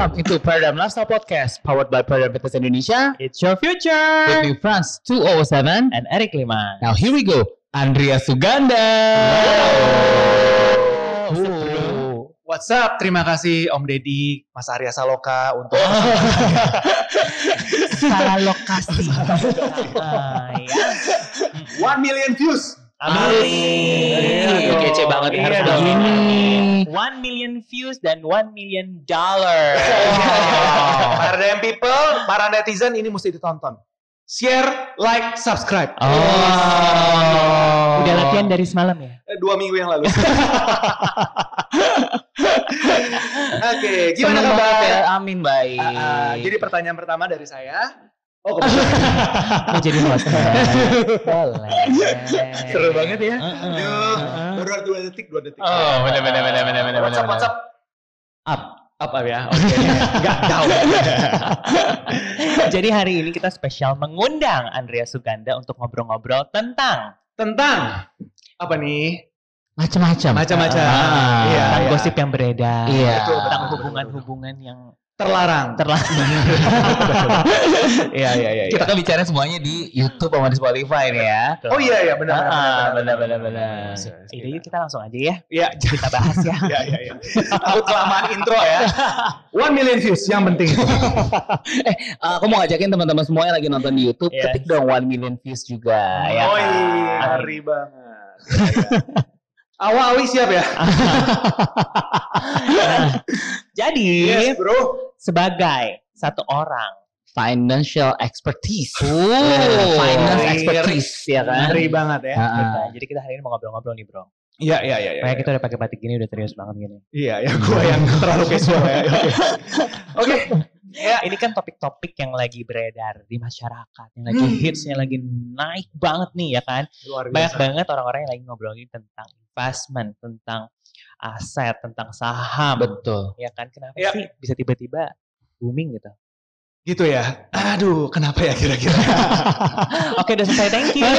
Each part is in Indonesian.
welcome into Paradigm Lifestyle Podcast powered by Paradigm Fitness Indonesia. It's your future. With me, France 207 And Eric Lima. Now here we go, Andrea Suganda. What's up? Terima kasih Om Deddy, Mas Arya Saloka untuk Salah lokasi. Ya. 1 million views. Amin. Kece banget ya. Iya dong. Begini. 1 million views dan $1 million. Paradigm people, para netizen ini mesti ditonton. Share, like, subscribe. Udah latihan dari semalam ya? 2 minggu yang lalu. Oke, gimana Senang kabar? banget ya. Amin, baik. Jadi pertanyaan pertama dari saya. Mau jadi host. Boleh. Seru banget ya. Baru 2 detik. Oh, benar. WhatsApp. Up ya. Oke. Enggak jauh. Jadi hari ini kita spesial mengundang Andrea Suganda untuk ngobrol-ngobrol tentang Apa nih? Macam-macam. Iya, tentang iya. gosip yang beredar, Iya. tentang Betul. hubungan-hubungan yang Terlarang. Iya. Kita kan bicara semuanya di YouTube sama di Spotify nih ya. Oh iya benar. Benar. Jadi kita langsung aja ya. Iya. Kita bahas ya. Iya. Takut kelamaan intro ya. 1 million views yang penting. Aku mau ngajakin teman-teman semua yang lagi nonton di YouTube, Yes. ketik dong 1 million views juga. Ya Oh kan? iya, ngeri banget. Awi siap ya? Jadi Yes bro. sebagai satu orang Financial expertise. Finance expertise ya kan. Ngeri banget ya. jadi kita hari ini mau ngobrol-ngobrol nih bro. Iya. Kayak kita udah pakai batik gini udah serius banget gini. Iya, gue yang terlalu casual ya. Oke. Ya, ini kan topik-topik yang lagi beredar di masyarakat, yang lagi hits, yang lagi naik banget nih ya kan. Luar Banyak biasa. banget orang-orang yang lagi ngobrolin tentang investment, tentang aset, tentang saham. Betul. Ya kan, kenapa Ya. sih bisa tiba-tiba booming gitu? Gitu ya. Aduh, kenapa ya kira-kira? Oke, udah selesai, thank you.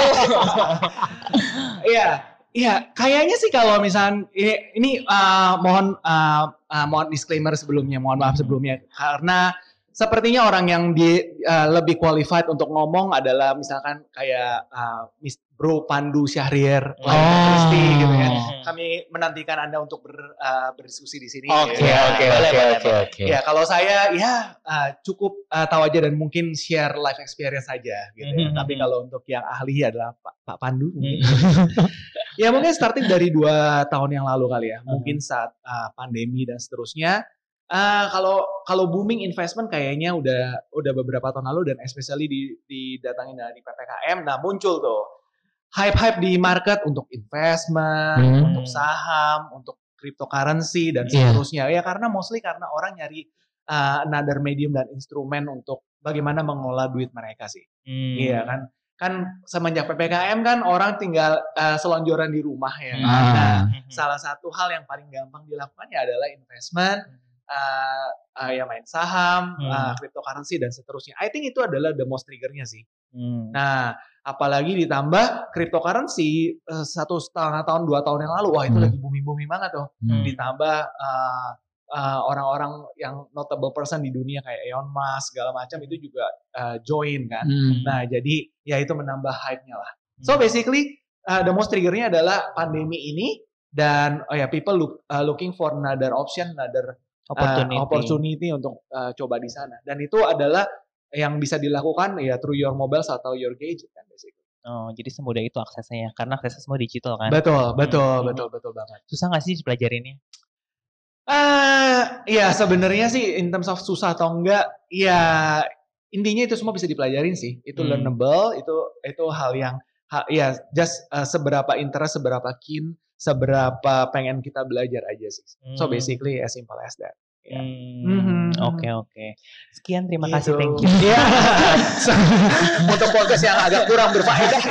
Iya, kayaknya sih kalau misalnya ini mohon disclaimer sebelumnya, mohon maaf sebelumnya karena sepertinya orang yang lebih qualified untuk ngomong adalah misalkan kayak Bro Pandu Syahrir, Kristi gitu ya. Kami menantikan Anda untuk berdiskusi di sini. Oke. Ya kalau saya cukup tahu aja dan mungkin share life experience saja gitu ya. Tapi kalau untuk yang ahli adalah Pak Pandu mungkin. Ya mungkin starting dari 2 tahun yang lalu kali ya. Mungkin saat pandemi dan seterusnya. Kalau booming investment kayaknya udah beberapa tahun lalu dan especially didatangin dari PPKM. Nah muncul tuh hype di market untuk investment, untuk saham, untuk cryptocurrency dan seterusnya. Ya karena mostly karena orang nyari another medium dan instrumen untuk bagaimana mengelola duit mereka sih. Iya kan semenjak PPKM kan orang tinggal selonjoran di rumah ya. Nah, salah satu hal yang paling gampang dilakukan ya adalah investment, main saham, cryptocurrency dan seterusnya. I think itu adalah the most triggernya sih. Nah, apalagi ditambah cryptocurrency 1,5 tahun 2 tahun yang lalu, wah itu lagi booming banget tuh. Ditambah orang-orang yang notable person di dunia kayak Elon Musk segala macam itu juga join kan. Nah, jadi ya itu menambah hype-nya lah. So basically the most triggernya adalah pandemi ini dan people looking for another option, another opportunity untuk coba di sana. Dan itu adalah yang bisa dilakukan ya through your mobiles atau your gadget kan basically. Oh, jadi semudah itu aksesnya ya, karena aksesnya semua digital kan. Betul banget. Susah nggak sih dipelajarinnya? Ya sebenarnya sih in terms of susah atau enggak, ya intinya itu semua bisa dipelajarin sih. Itu learnable, itu hal yang just seberapa interest, seberapa keen, seberapa pengen kita belajar aja sih. So basically as simple as that. Yeah. Oke. Sekian, terima Gitu. kasih, thank you. Iya. Untuk podcast yang agak kurang berfaedah.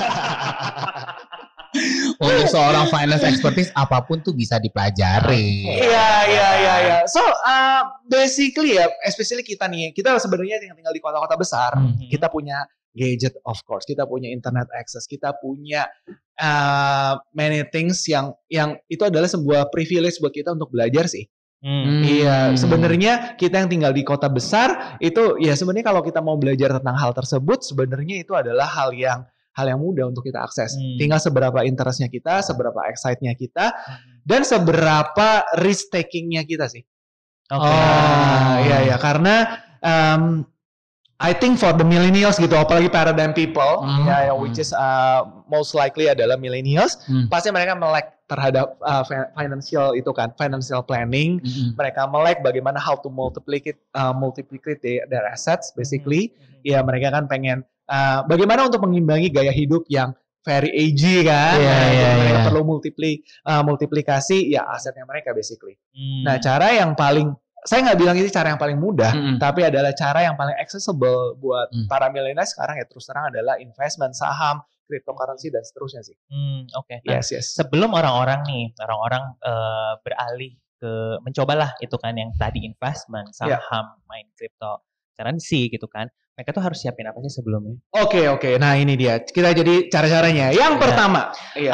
Untuk seorang finance expertise apapun tuh bisa dipelajari. Iya. So basically ya, especially kita sebenarnya yang tinggal di kota-kota besar, kita punya gadget of course, kita punya internet access, kita punya many things yang itu adalah sebuah privilege buat kita untuk belajar sih. Iya, sebenarnya kita yang tinggal di kota besar itu ya sebenarnya kalau kita mau belajar tentang hal tersebut sebenarnya itu adalah hal yang mudah untuk kita akses. Tinggal seberapa interestnya kita, seberapa excite-nya kita, dan seberapa risk taking-nya kita sih. Iya, karena I think for the millennials gitu, apalagi paradigm people, which is most likely adalah millennials, pasti mereka melek terhadap financial itu kan, financial planning. Mereka melek bagaimana how to multiplicate their assets, basically. Ya mereka kan pengen bagaimana untuk mengimbangi gaya hidup yang very edgy kan. Mereka perlu multiplikasi ya asetnya mereka basically. Nah cara yang paling saya nggak bilang ini cara yang paling mudah, tapi adalah cara yang paling accessible buat para milenial sekarang ya terus terang adalah investment, saham, cryptocurrency dan seterusnya sih. Oke. Yes. Sebelum orang-orang beralih ke mencobalah itu kan yang tadi investment, saham, main cryptocurrency gitu kan, mereka tuh harus siapin apa sih sebelumnya? Oke. Nah ini dia. Kita jadi cara-caranya. Yang pertama,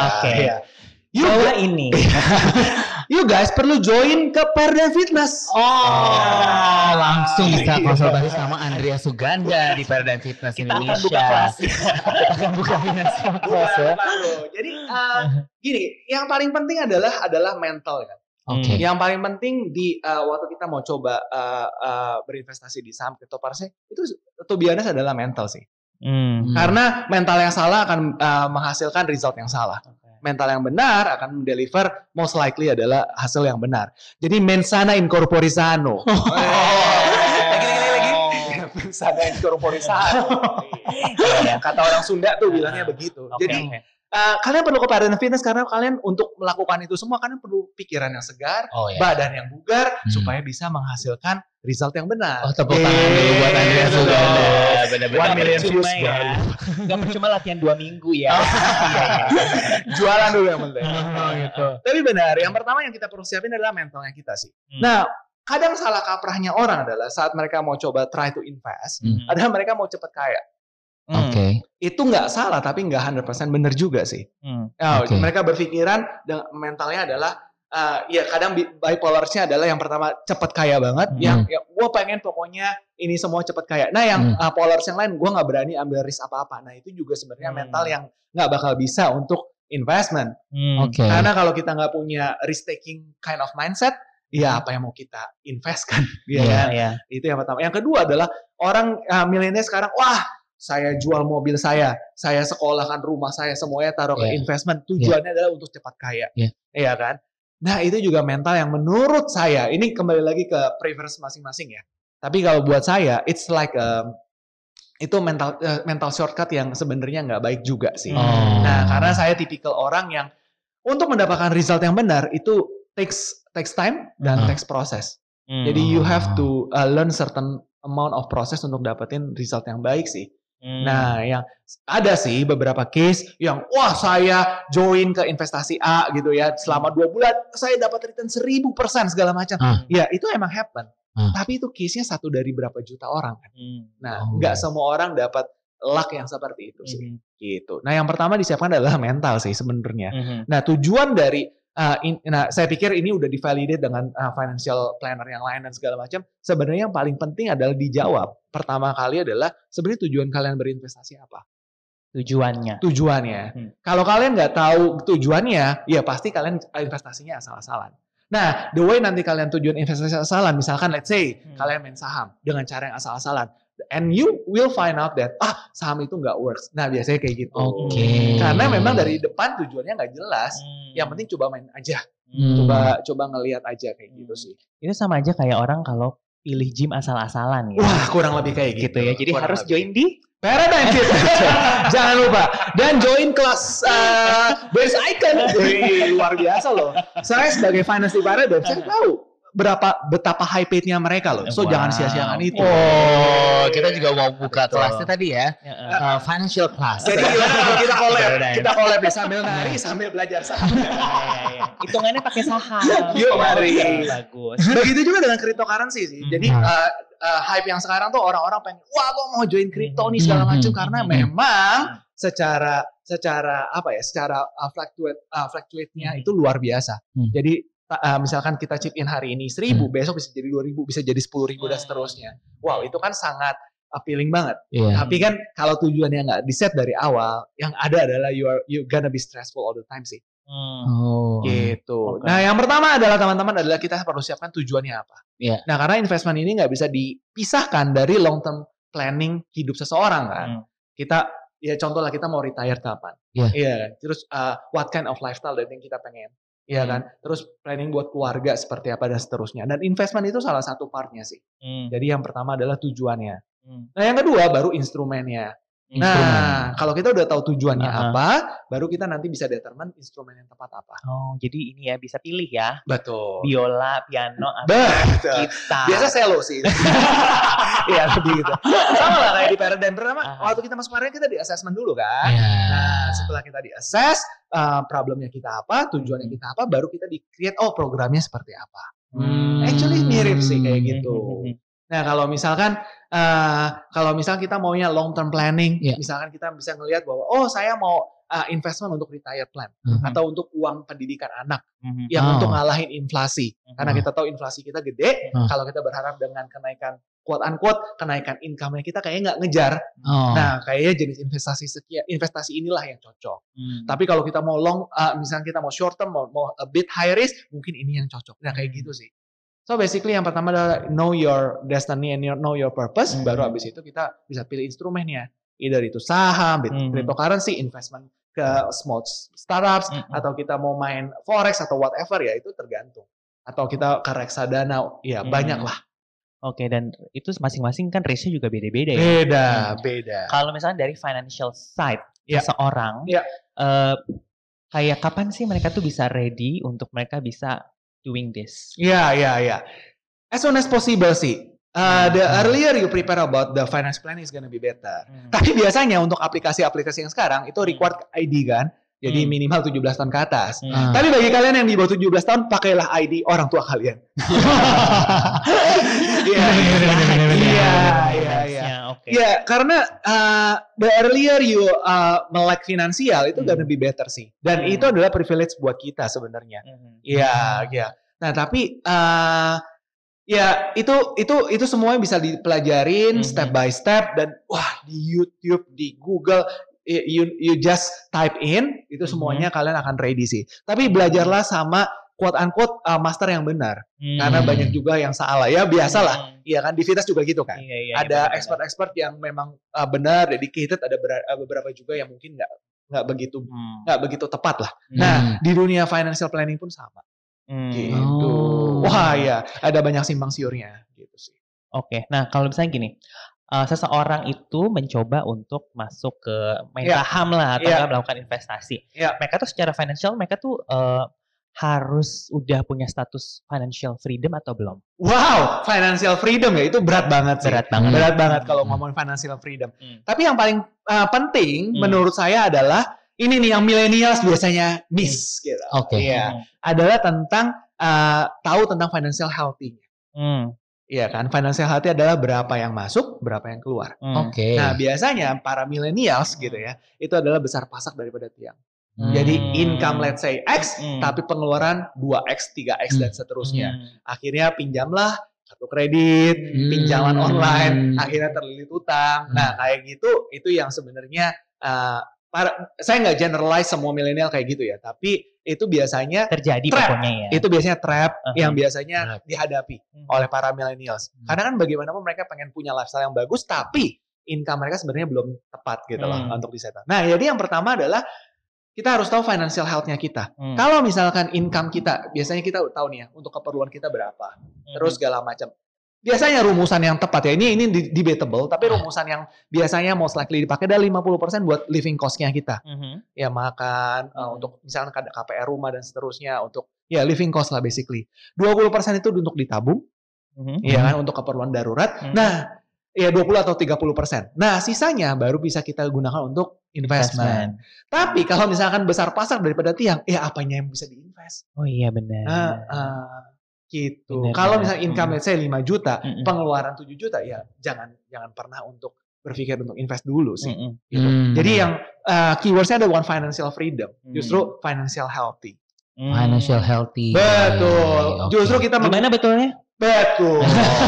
you guys perlu join ke Paradigm Fitness. Langsung bisa konsultasi sama Andrea Suganda di Paradigm Fitness Indonesia. Kita akan buka kelas ya. Jadi gini, yang paling penting adalah mental kan. Yang paling penting di waktu kita mau coba berinvestasi di saham cryptocurrency itu to be honest adalah mental sih. Karena mental yang salah akan menghasilkan result yang salah. Mental yang benar akan mendeliver most likely adalah hasil yang benar. Jadi mensana in corpore sano. Lagi. Mensana in corpore sano. Kata orang Sunda tuh bilangnya begitu. Jadi kalian perlu ke Paradigm Fitness karena kalian untuk melakukan itu semua kalian perlu pikiran yang segar, badan yang bugar supaya bisa menghasilkan result yang benar. Tepuk tangan dulu buat Andrea Suganda. Benar-benar 1 million views Gak cuma latihan 2 minggu ya. Jualan dulu yang penting. Gitu. Tapi benar, yang pertama yang kita perlu siapin adalah mentalnya kita sih. Nah, kadang salah kaprahnya orang adalah saat mereka mau coba try to invest, adalah mereka mau cepat kaya. Itu nggak salah tapi nggak 100% benar juga sih. Mereka berpikiran dengan mentalnya adalah kadang bipolarsnya adalah yang pertama cepat kaya banget, yang gue pengen pokoknya ini semua cepat kaya. Nah yang polars yang lain gue nggak berani ambil risk apa-apa. Nah itu juga sebenarnya mental yang nggak bakal bisa untuk investment. Karena kalau kita nggak punya risk taking kind of mindset, ya apa yang mau kita invest kan? Itu yang pertama. Yang kedua adalah orang milenial sekarang, wah saya jual mobil saya sekolahkan rumah saya, semuanya taruh ke investment. Tujuannya adalah untuk cepat kaya. Iya kan? Nah itu juga mental yang menurut saya, ini kembali lagi ke preference masing-masing ya. Tapi kalau buat saya, it's like itu mental shortcut yang sebenarnya nggak baik juga sih. Nah karena saya tipikal orang yang untuk mendapatkan result yang benar, itu takes time dan takes process. Jadi you have to learn certain amount of process untuk dapetin result yang baik sih. Nah, yang ada sih beberapa case yang wah saya join ke investasi A gitu ya, selama 2 bulan saya dapat return 1000% segala macam. Ya itu emang happen. Tapi itu case-nya 1 dari berapa juta orang kan. Nah, nggak semua orang dapat luck yang seperti itu sih. Gitu. Nah, yang pertama disiapkan adalah mental sih sebenarnya. Nah, tujuan dari saya pikir ini udah divalidate dengan financial planner yang lain dan segala macam. Sebenarnya yang paling penting adalah dijawab. Pertama kali adalah sebenarnya tujuan kalian berinvestasi apa? Tujuannya. Kalau kalian nggak tahu tujuannya, ya pasti kalian investasinya asal-asalan. Nah, the way nanti kalian tujuan investasi asal-asalan, misalkan let's say kalian main saham dengan cara yang asal-asalan. And you will find out that saham itu nggak works. Nah biasanya kayak gitu. Karena memang dari depan tujuannya nggak jelas. Yang penting coba main aja, coba ngelihat aja kayak gitu sih. Itu sama aja kayak orang kalau pilih gym asal-asalan ya. Wah kurang lebih kayak gitu ya. Jadi kurang harus lebih. join di Paradigm Fitness. Jangan lupa. Dan join kelas Base Icon. Luar biasa loh. Saya sebagai finance di Paradigm, saya tahu betapa high paid-nya mereka loh. So jangan sia-siakan itu. Kita juga mau buka kelasnya tadi ya. Financial class. Jadi gimana kalau kita collab ya sambil nari sambil belajar saham. Hitungannya pakai saham. Yuk mari. Bagus. Begitu juga dengan cryptocurrency sih. Jadi hype yang sekarang tuh orang-orang pengen, wah gue mau join crypto nih segala macam karena memang secara fluctuate-nya itu luar biasa. Jadi misalkan kita chip in hari ini 1.000, besok bisa jadi 2.000, bisa jadi 10.000 dan seterusnya. Wow, itu kan sangat appealing banget. Tapi kan kalau tujuannya nggak di-set dari awal, yang ada adalah you gonna be stressful all the time sih. Gitu. Okay. Nah, yang pertama adalah teman-teman adalah kita perlu siapkan tujuannya apa. Nah, karena investment ini nggak bisa dipisahkan dari long term planning hidup seseorang kan. Kita ya contoh lah kita mau retire kapan. Iya. Terus what kind of lifestyle yang kita pengen. Iya kan. Terus planning buat keluarga seperti apa dan seterusnya. Dan investment itu salah satu partnya sih. Jadi yang pertama adalah tujuannya. Nah, yang kedua baru instrumennya. Nah, kalau kita udah tahu tujuannya apa, baru kita nanti bisa determine instrumen yang tepat apa. Oh, jadi ini ya bisa pilih ya. Betul. Biola, piano, atau gitar. Biasa cello sih. Iya, lebih gitu. Sama lah kayak di paradigm pertama, waktu kita masuk paradigm kita di assessment dulu kan. Nah, setelah kita di assess, problemnya kita apa, tujuannya kita apa, baru kita di-create, programnya seperti apa. Actually mirip sih kayak gitu. Nah, kalau misalkan kita maunya long term planning, misalkan kita bisa ngelihat bahwa saya mau investment untuk retire plan atau untuk uang pendidikan anak yang untuk ngalahin inflasi. Karena kita tahu inflasi kita gede, kalau kita berharap dengan kenaikan quote unquote kenaikan income-nya kita kayaknya nggak ngejar. Nah, kayaknya jenis investasi inilah yang cocok. Tapi kalau kita mau misalnya kita mau short term, mau a bit high risk, mungkin ini yang cocok. Nah, kayak gitu sih. So basically yang pertama adalah know your destiny and know your purpose. Baru habis itu kita bisa pilih instrumennya. Either itu saham, cryptocurrency, investment ke small startups, atau kita mau main forex atau whatever ya itu tergantung. Atau kita ke reksadana, ya banyak lah. Oke, dan itu masing-masing kan ratio juga beda-beda ya? Beda. Kalau misalnya dari financial side seseorang, kayak kapan sih mereka tuh bisa ready untuk mereka bisa doing this? Yeah. As soon as possible sih. The earlier you prepare about the finance plan is gonna be better. Tapi biasanya untuk aplikasi-aplikasi yang sekarang itu required ID kan. Jadi minimal 17 tahun ke atas. Tapi bagi kalian yang di bawah 17 tahun, pakailah ID orang tua kalian. Iya, karena the earlier you melek finansial itu gonna be better sih. Dan itu adalah privilege buat kita sebenarnya. Iya. Nah, tapi itu semuanya bisa dipelajarin step by step dan di YouTube, di Google you just type in itu semuanya kalian akan ready sih. Tapi belajarlah sama quote unquote master yang benar. Karena banyak juga yang salah. Ya biasalah. Iya kan di Vitas juga gitu kan. Ada expert-expert yang memang benar, dedicated, ada beberapa juga yang mungkin nggak begitu tepat lah. Nah, di dunia financial planning pun sama. Gitu. Wah ya, ada banyak simpang siurnya gitu sih. Oke, nah kalau misalnya gini, seseorang itu mencoba untuk masuk ke main saham lah atau melakukan investasi. Mereka tuh secara financial mereka tuh harus udah punya status financial freedom atau belum? Wow, financial freedom ya itu berat banget sih. Berat banget kalau ngomongin financial freedom. Tapi yang paling penting menurut saya adalah ini nih yang millennials biasanya miss gitu. Adalah tentang tahu tentang financial healthy-nya. Iya kan, financial healthy adalah berapa yang masuk, berapa yang keluar. Nah, biasanya para millennials gitu ya, itu adalah besar pasak daripada tiang. Jadi income let's say X, tapi pengeluaran 2X, 3X dan seterusnya. Akhirnya pinjamlah kartu kredit, pinjaman online, akhirnya terlilit utang. Nah, kayak gitu itu yang sebenarnya saya nggak generalize semua milenial kayak gitu ya, tapi itu biasanya terjadi trap. Pokoknya ya. Itu biasanya trap yang biasanya dihadapi oleh para millennials. Karena kan bagaimanapun mereka pengen punya lifestyle yang bagus, tapi income mereka sebenarnya belum tepat gitu loh untuk disetel. Nah, jadi yang pertama adalah kita harus tahu financial health-nya kita. Kalau misalkan income kita, biasanya kita tahu nih ya, untuk keperluan kita berapa, terus segala macam. Biasanya rumusan yang tepat ya, ini debatable, tapi rumusan yang biasanya most likely dipakai adalah 50% buat living cost-nya kita. Ya makan, untuk misalnya ada KPR rumah dan seterusnya, untuk ya living cost lah basically. 20% itu untuk ditabung, ya kan, untuk keperluan darurat. Nah, ya 20 atau 30%. Nah, sisanya baru bisa kita gunakan untuk investment. Tapi kalau misalkan besar pasak daripada tiang, ya apanya yang bisa diinvest? Oh iya benar. Gitu. Kalau misalnya income let's say 5 juta, pengeluaran 7 juta, ya jangan pernah untuk berpikir untuk invest dulu sih. Gitu. Jadi yang keywordsnya ada bukan financial freedom, justru financial healthy. Financial healthy. Betul. Okay. Justru kita gimana betulnya? Betul.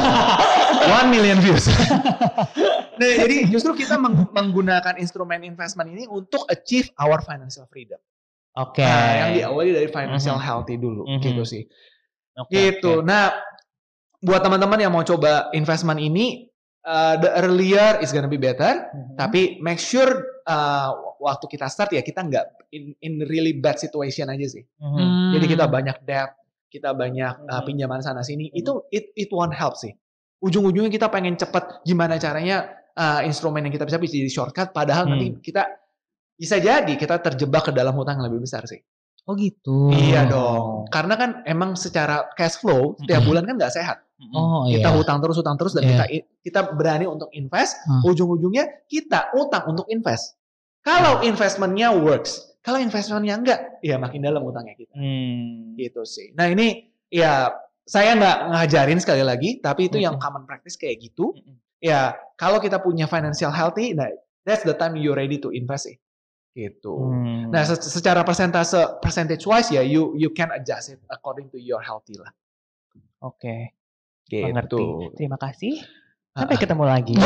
1 million views. Nah, jadi justru kita menggunakan instrumen investment ini untuk achieve our financial freedom. Oke. Nah, yang diawali dari financial healthy dulu, gitu sih. Gitu. Nah, buat teman-teman yang mau coba investment ini, the earlier is gonna be better. Tapi make sure waktu kita start ya kita nggak in really bad situation aja sih. Jadi kita banyak debt, kita banyak pinjaman sana sini. Itu it won't help sih. Ujung-ujungnya kita pengen cepet gimana caranya instrumen yang kita bisa jadi shortcut. Padahal nanti kita bisa jadi kita terjebak ke dalam hutang yang lebih besar sih. Oh gitu. Iya dong. Karena kan emang secara cash flow setiap bulan kan nggak sehat. Kita hutang terus dan kita berani untuk invest. Ujung-ujungnya kita utang untuk invest. Kalau investmentnya works, kalau investmentnya enggak, ya makin dalam utangnya kita. Gitu sih. Nah ini ya saya nggak ngajarin sekali lagi, tapi itu yang common practice kayak gitu. Ya kalau kita punya financial healthy, nah that's the time you're ready to invest sih. Gitu. Nah, secara percentage wise ya you can adjust it according to your healthy lah. Oke. Gitu. Mengerti. Terima kasih. Sampai ketemu lagi.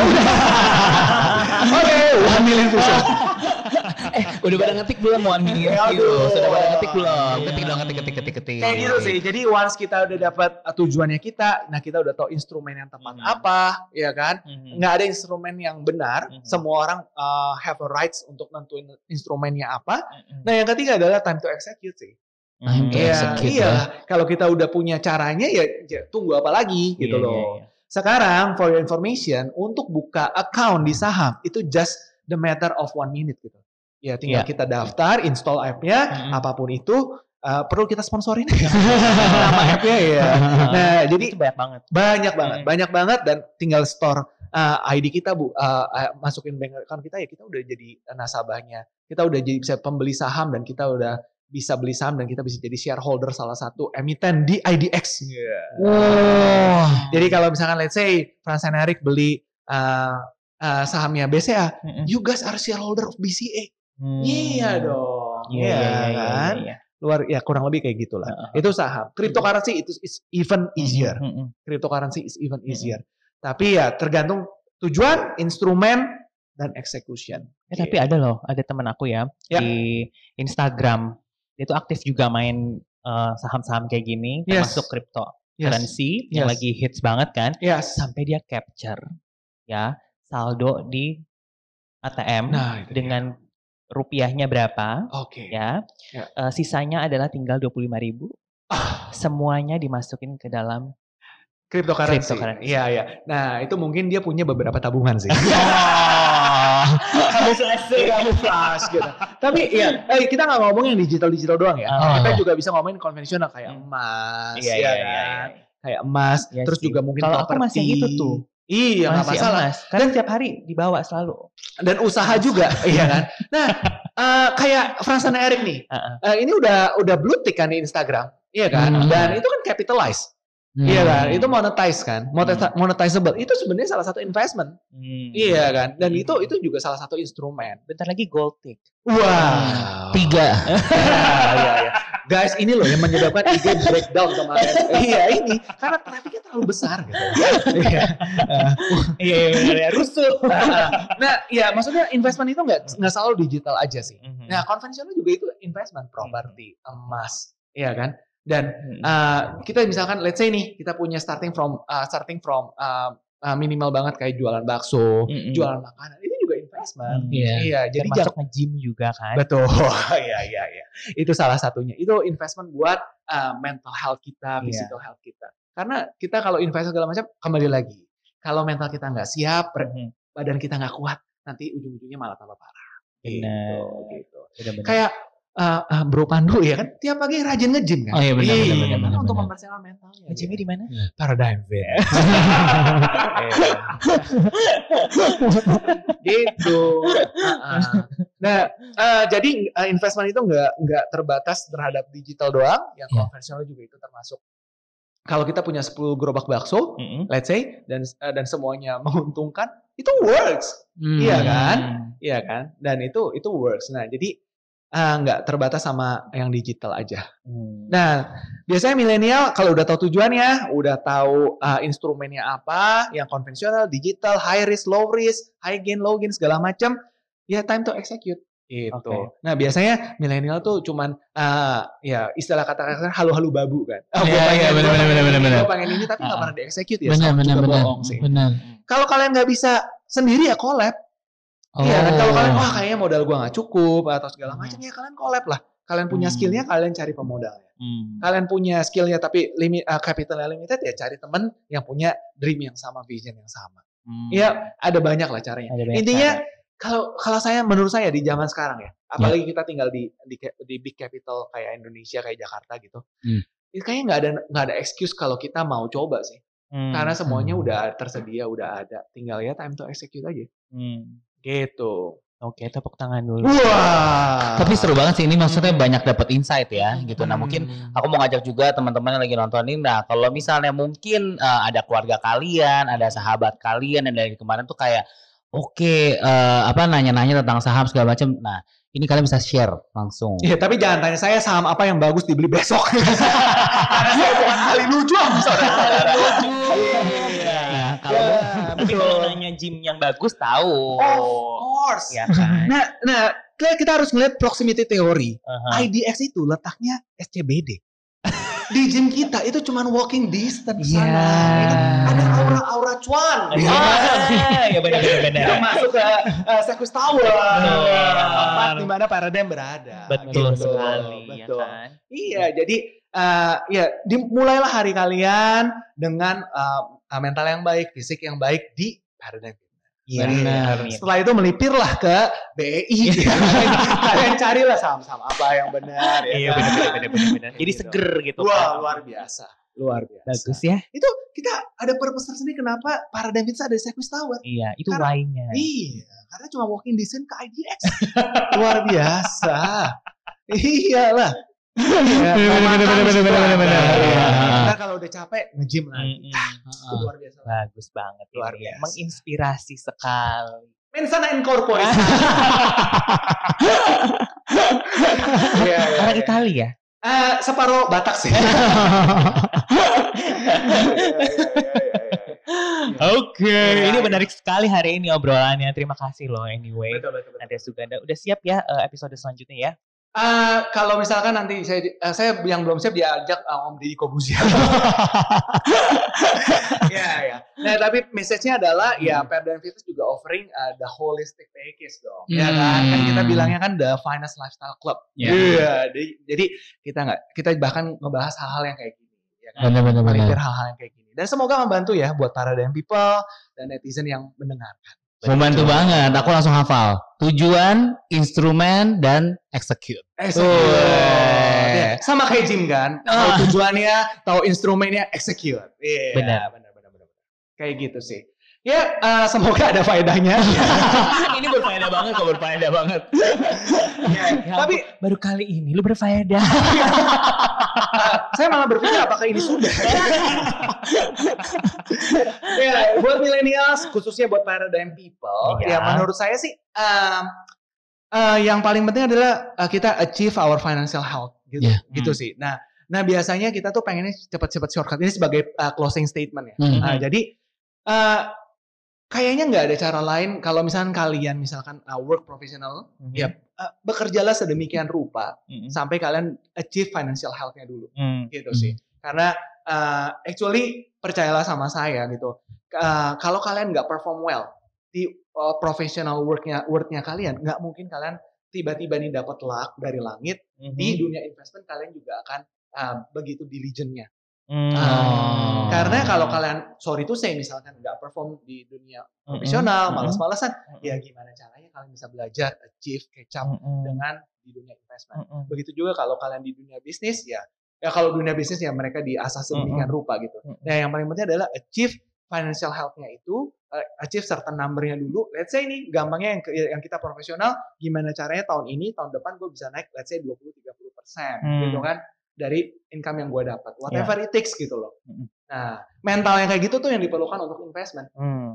Oke, 1 million views. Udah pada ngetik belum 1 million views? Sudah pada ngetik belum? Ketik. Kayak gitu sih. Jadi once kita udah dapat tujuannya kita, nah kita udah tahu instrumen yang tepat apa, ya kan? Nggak ada instrumen yang benar. Semua orang have a rights untuk nentuin instrumennya apa. Nah yang ketiga adalah time to execute sih. Iya. Kalau kita udah punya caranya ya tunggu apa lagi gitu loh. Sekarang for your information untuk buka account di saham itu just the matter of 1 minute gitu. Ya tinggal kita daftar, install app-nya, apapun itu. Perlu kita sponsorin nama app-nya ya. Nah jadi itu banyak banget. Banyak banget dan tinggal store ID kita masukin bank account kita ya kita udah jadi nasabahnya. Kita udah jadi bisa pembeli saham dan kita udah bisa beli saham dan kita bisa jadi shareholder salah satu emiten di IDX. Jadi kalau misalkan let's say Frans and Erik beli sahamnya BCA, you guys are shareholder of BCA. Iya dong. Iya. Luar ya kurang lebih kayak gitulah. Itu saham. Cryptocurrency itu is even easier. Cryptocurrency is even easier. Tapi ya tergantung tujuan, instrumen dan execution. Tapi ada teman aku ya di Instagram. Dia tuh aktif juga main saham-saham kayak gini, termasuk cryptocurrency yang lagi hits banget kan. Sampai dia capture ya saldo di ATM dengan rupiahnya berapa, sisanya adalah tinggal 25.000. Semuanya dimasukin ke dalam cryptocurrency. Iya. Nah, itu mungkin dia punya beberapa tabungan sih. Kamu flash gitu. Tapi ya, kita nggak ngomongin digital doang ya. Kita juga bisa ngomongin konvensional kayak emas, kan? Kayak emas. Terus juga mungkin kalau aku masih itu tuh. Iya, nggak masalah. Karena setiap hari dibawa selalu. Dan usaha juga, iya kan. Nah, kayak Frans and Erik nih. Ini udah blue tick kan di Instagram, iya kan. Dan itu kan capitalize. Iya kan, itu monetize kan, monetizable. Itu sebenarnya salah satu investment. Iya kan, dan itu juga salah satu instrumen. Bentar lagi gold tick. Wow. 3. Iya. Guys, ini loh yang menyebabkan IG breakdown kemarin. Iya ini, karena trafficnya terlalu besar gitu. Iya, rusuh. Nah, ya maksudnya investment itu nggak selalu digital aja sih. Nah, konvensional juga itu investment, properti, emas, iya kan. Dan kita misalkan let's say nih kita punya starting from minimal banget kayak jualan bakso, jualan makanan, itu juga investment. Iya, jadi termasuk nge-gym juga kan. Betul. Iya. Itu salah satunya. Itu investment buat mental health kita, physical health kita. Karena kita kalau invest segala macam kembali lagi. Kalau mental kita nggak siap, badan kita nggak kuat, nanti ujung-ujungnya malah tambah parah. Gitu. Kayak Bro Pandu ya kan tiap pagi rajin nge-gym kan. Oh iya benar. Untuk mempersiapkan mentalnya. Nge-gymnya di mana? Paradigm Fit. Gitu. Nah, jadi investment itu nggak terbatas terhadap digital doang, yang konvensional juga itu termasuk. Kalau kita punya 10 gerobak bakso, let's say, dan semuanya menguntungkan, itu works. Iya kan? Dan itu works. Nah, jadi nggak terbatas sama yang digital aja. Nah, biasanya milenial kalau udah tahu tujuannya, udah tahu instrumennya apa, yang konvensional, digital, high risk, low risk, high gain, low gain segala macam, ya time to execute. Gitu. Okay. Nah, biasanya milenial tuh cuman ya istilah kata-kata halu-halu babu kan. Iya, benar. Gue pengen ini tapi nggak pernah di-execute ya. Benar, bohong sih. Benar. Kalau kalian nggak bisa sendiri ya collab. Iya kan, kalau kalian kayaknya modal gua nggak cukup atau segala macam ya kalian collab lah. Kalian punya skillnya, kalian cari pemodalnya. Kalian punya skillnya tapi capitalnya limited ya cari temen yang punya dream yang sama, vision yang sama. Iya, ada banyak lah caranya. Intinya kalau saya menurut saya di zaman sekarang ya, apalagi kita tinggal di big capital kayak Indonesia kayak Jakarta gitu, itu kayaknya nggak ada excuse kalau kita mau coba sih. Karena semuanya udah tersedia, udah ada. Tinggal ya time to execute aja. Gitu. Oke, tepuk tangan dulu. Wah. Tapi seru banget sih ini, maksudnya banyak dapat insight ya gitu. Nah, mungkin aku mau ngajak juga teman-teman yang lagi nonton ini. Nah, kalau misalnya mungkin ada keluarga kalian, ada sahabat kalian yang dari kemarin tuh kayak nanya-nanya tentang saham segala macam. Nah, ini kalian bisa share langsung. Iya, tapi jangan tanya saya saham apa yang bagus dibeli besok. Karena saya bukan ahli nujum, saudara. Tapi kalau nanya gym yang bagus tahu. Of course. Ya kan? Nah, kita harus ngeliat proximity theory. IDX itu letaknya SCBD. Di gym kita itu cuman walking distance sana. Ada aura cuan. Ya benar. Yang masuk ke Circus Tower. Tempat di mana Paradigm berada. Betul sekali. Betul. Ya kan? Iya, jadi dimulailah hari kalian dengan mental yang baik, fisik yang baik di Paradigm. Benar. Setelah itu melipirlah ke BEI. Kalian carilah saham-saham apa yang benar. Iya, benar. Jadi seger gitu. Wah, luar biasa. Bagus ya. Itu kita ada purpose tersendiri kenapa Paradigm Fitness ada di Circus Tower. Iya, itu why-nya. Iya, karena cuma walking distance ke IDX. Luar biasa. Iyalah. Benar. Kalau udah capek nge-gym lagi. Luar biasa. Bagus banget. Luar biasa. Menginspirasi sekali. Mensana Incorporate. Orang Italia ya? Separuh Batak sih. Oke, ini menarik sekali hari ini obrolannya. Terima kasih loh anyway. Betul. Nadia Suganda. Udah siap ya episode selanjutnya ya? Kalau misalkan nanti saya yang belum siap diajak Om Deddy Kobuzier. Ya. Nah, tapi message-nya adalah ya Paradigm Fitness juga offering the holistic package dong. Ya kan? Kan kita bilangnya kan the finest lifestyle club. Iya. Jadi kita bahkan ngebahas hal-hal yang kayak gini. Ya kan? Benar. Hal-hal yang kayak gini. Dan semoga membantu ya buat Paradigm people dan netizen yang mendengarkan. Membantu banget, aku langsung hafal. Tujuan, instrumen, dan execute. Sama kayak gym kan. Tahu tujuannya, tahu instrumennya, execute. Benar. Kayak gitu sih. Ya, semoga ada faedahnya. Ini berfaedah banget. Tapi baru kali ini lu berfaedah. Saya malah berpikir apakah ini sudah. Ya, buat millennials, khususnya buat Paradigm people, ya menurut saya sih yang paling penting adalah kita achieve our financial health gitu. Gitu sih. Nah biasanya kita tuh pengennya cepat-cepat shortcut ini sebagai closing statement ya. Jadi kayaknya nggak ada cara lain kalau misalkan kalian work professional, ya bekerjalah sedemikian rupa sampai kalian achieve financial health-nya dulu, gitu sih. Karena actually percayalah sama saya gitu, kalau kalian nggak perform well di professional work-nya kalian, nggak mungkin kalian tiba-tiba nih dapat luck dari langit. Di dunia investment kalian juga akan begitu diligent-nya. Karena kalau kalian misalkan nggak perform di dunia profesional, malas-malasan, ya gimana caranya kalian bisa belajar achieve catch up dengan di dunia investment. Begitu juga kalau kalian di dunia bisnis ya kalau dunia bisnis ya mereka diasah sedemikian rupa gitu. Nah yang paling penting adalah achieve financial health-nya itu, achieve certain number-nya dulu. Let's say ini gampangnya yang kita profesional, gimana caranya tahun ini, tahun depan gue bisa naik let's say 20-30% gitu kan. Dari income yang gue dapat, whatever it takes gitu loh. Nah, mental yang kayak gitu tuh yang diperlukan untuk investment.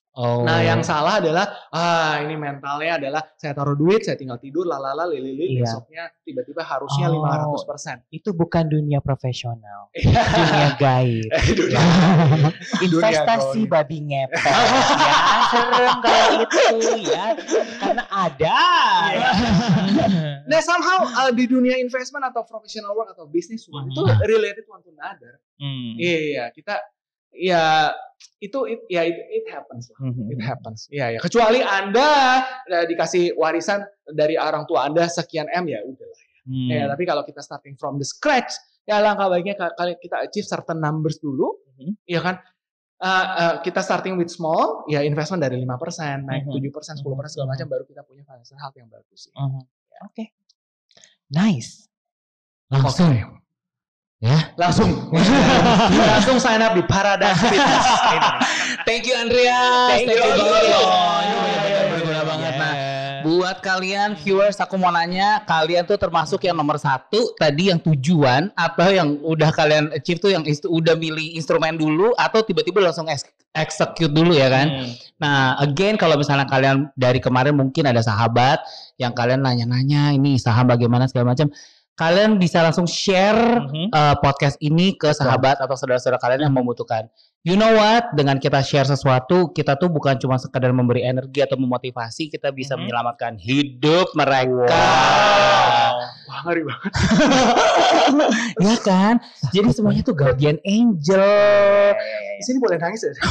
Nah yang salah adalah ini mentalnya adalah saya taruh duit, saya tinggal tidur, lalala, lili, besoknya tiba-tiba harusnya 500%. Itu bukan dunia profesional, dunia gaib. Investasi babi ngepet. Ya serem kalau itu ya, karena ada. Nah somehow di dunia investment atau professional work atau business itu related one to another. Iya kita ya it happens lah. It happens. Ya kecuali Anda dikasih warisan dari orang tua Anda sekian M ya udahlah ya. Ya tapi kalau kita starting from the scratch ya langkah baiknya kalau kita achieve certain numbers dulu, ya kan. Kita starting with small, ya investment dari 5%, naik 7%, 10% segala macam baru kita punya financial health yang bagus. Oke. Nice. Langsung. Ya, langsung sign up di Paradise Fitness. Thank you Andreas. Thank you. Berguna banget. Nah, buat kalian viewers, aku mau nanya, kalian tuh termasuk yang nomor 1 tadi yang tujuan atau yang udah kalian achieve tuh yang udah milih instrumen dulu atau tiba-tiba langsung execute dulu ya kan? Nah, again kalau misalnya kalian dari kemarin mungkin ada sahabat yang kalian nanya-nanya ini saham bagaimana segala macam. Kalian bisa langsung share podcast ini ke sahabat atau saudara-saudara kalian yang membutuhkan. You know what? Dengan kita share sesuatu, kita tuh bukan cuma sekedar memberi energi atau memotivasi, kita bisa menyelamatkan hidup mereka. Wah, ngeri banget. Ya kan? Jadi semuanya tuh guardian angel. Di sini boleh nangis ya?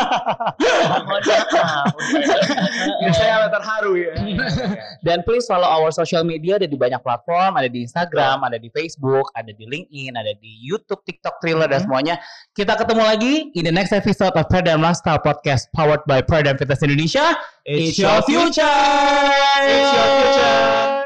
Saya terharu ya. Dan please follow our social media, ada di banyak platform, ada di Instagram, ada di Facebook, ada di LinkedIn, ada di YouTube, TikTok, Thriller, dan semuanya. Kita ketemu lagi in the next episode of Paradigm Lifestyle Podcast powered by Paradigm Fitness Indonesia. It's your future! It's your future!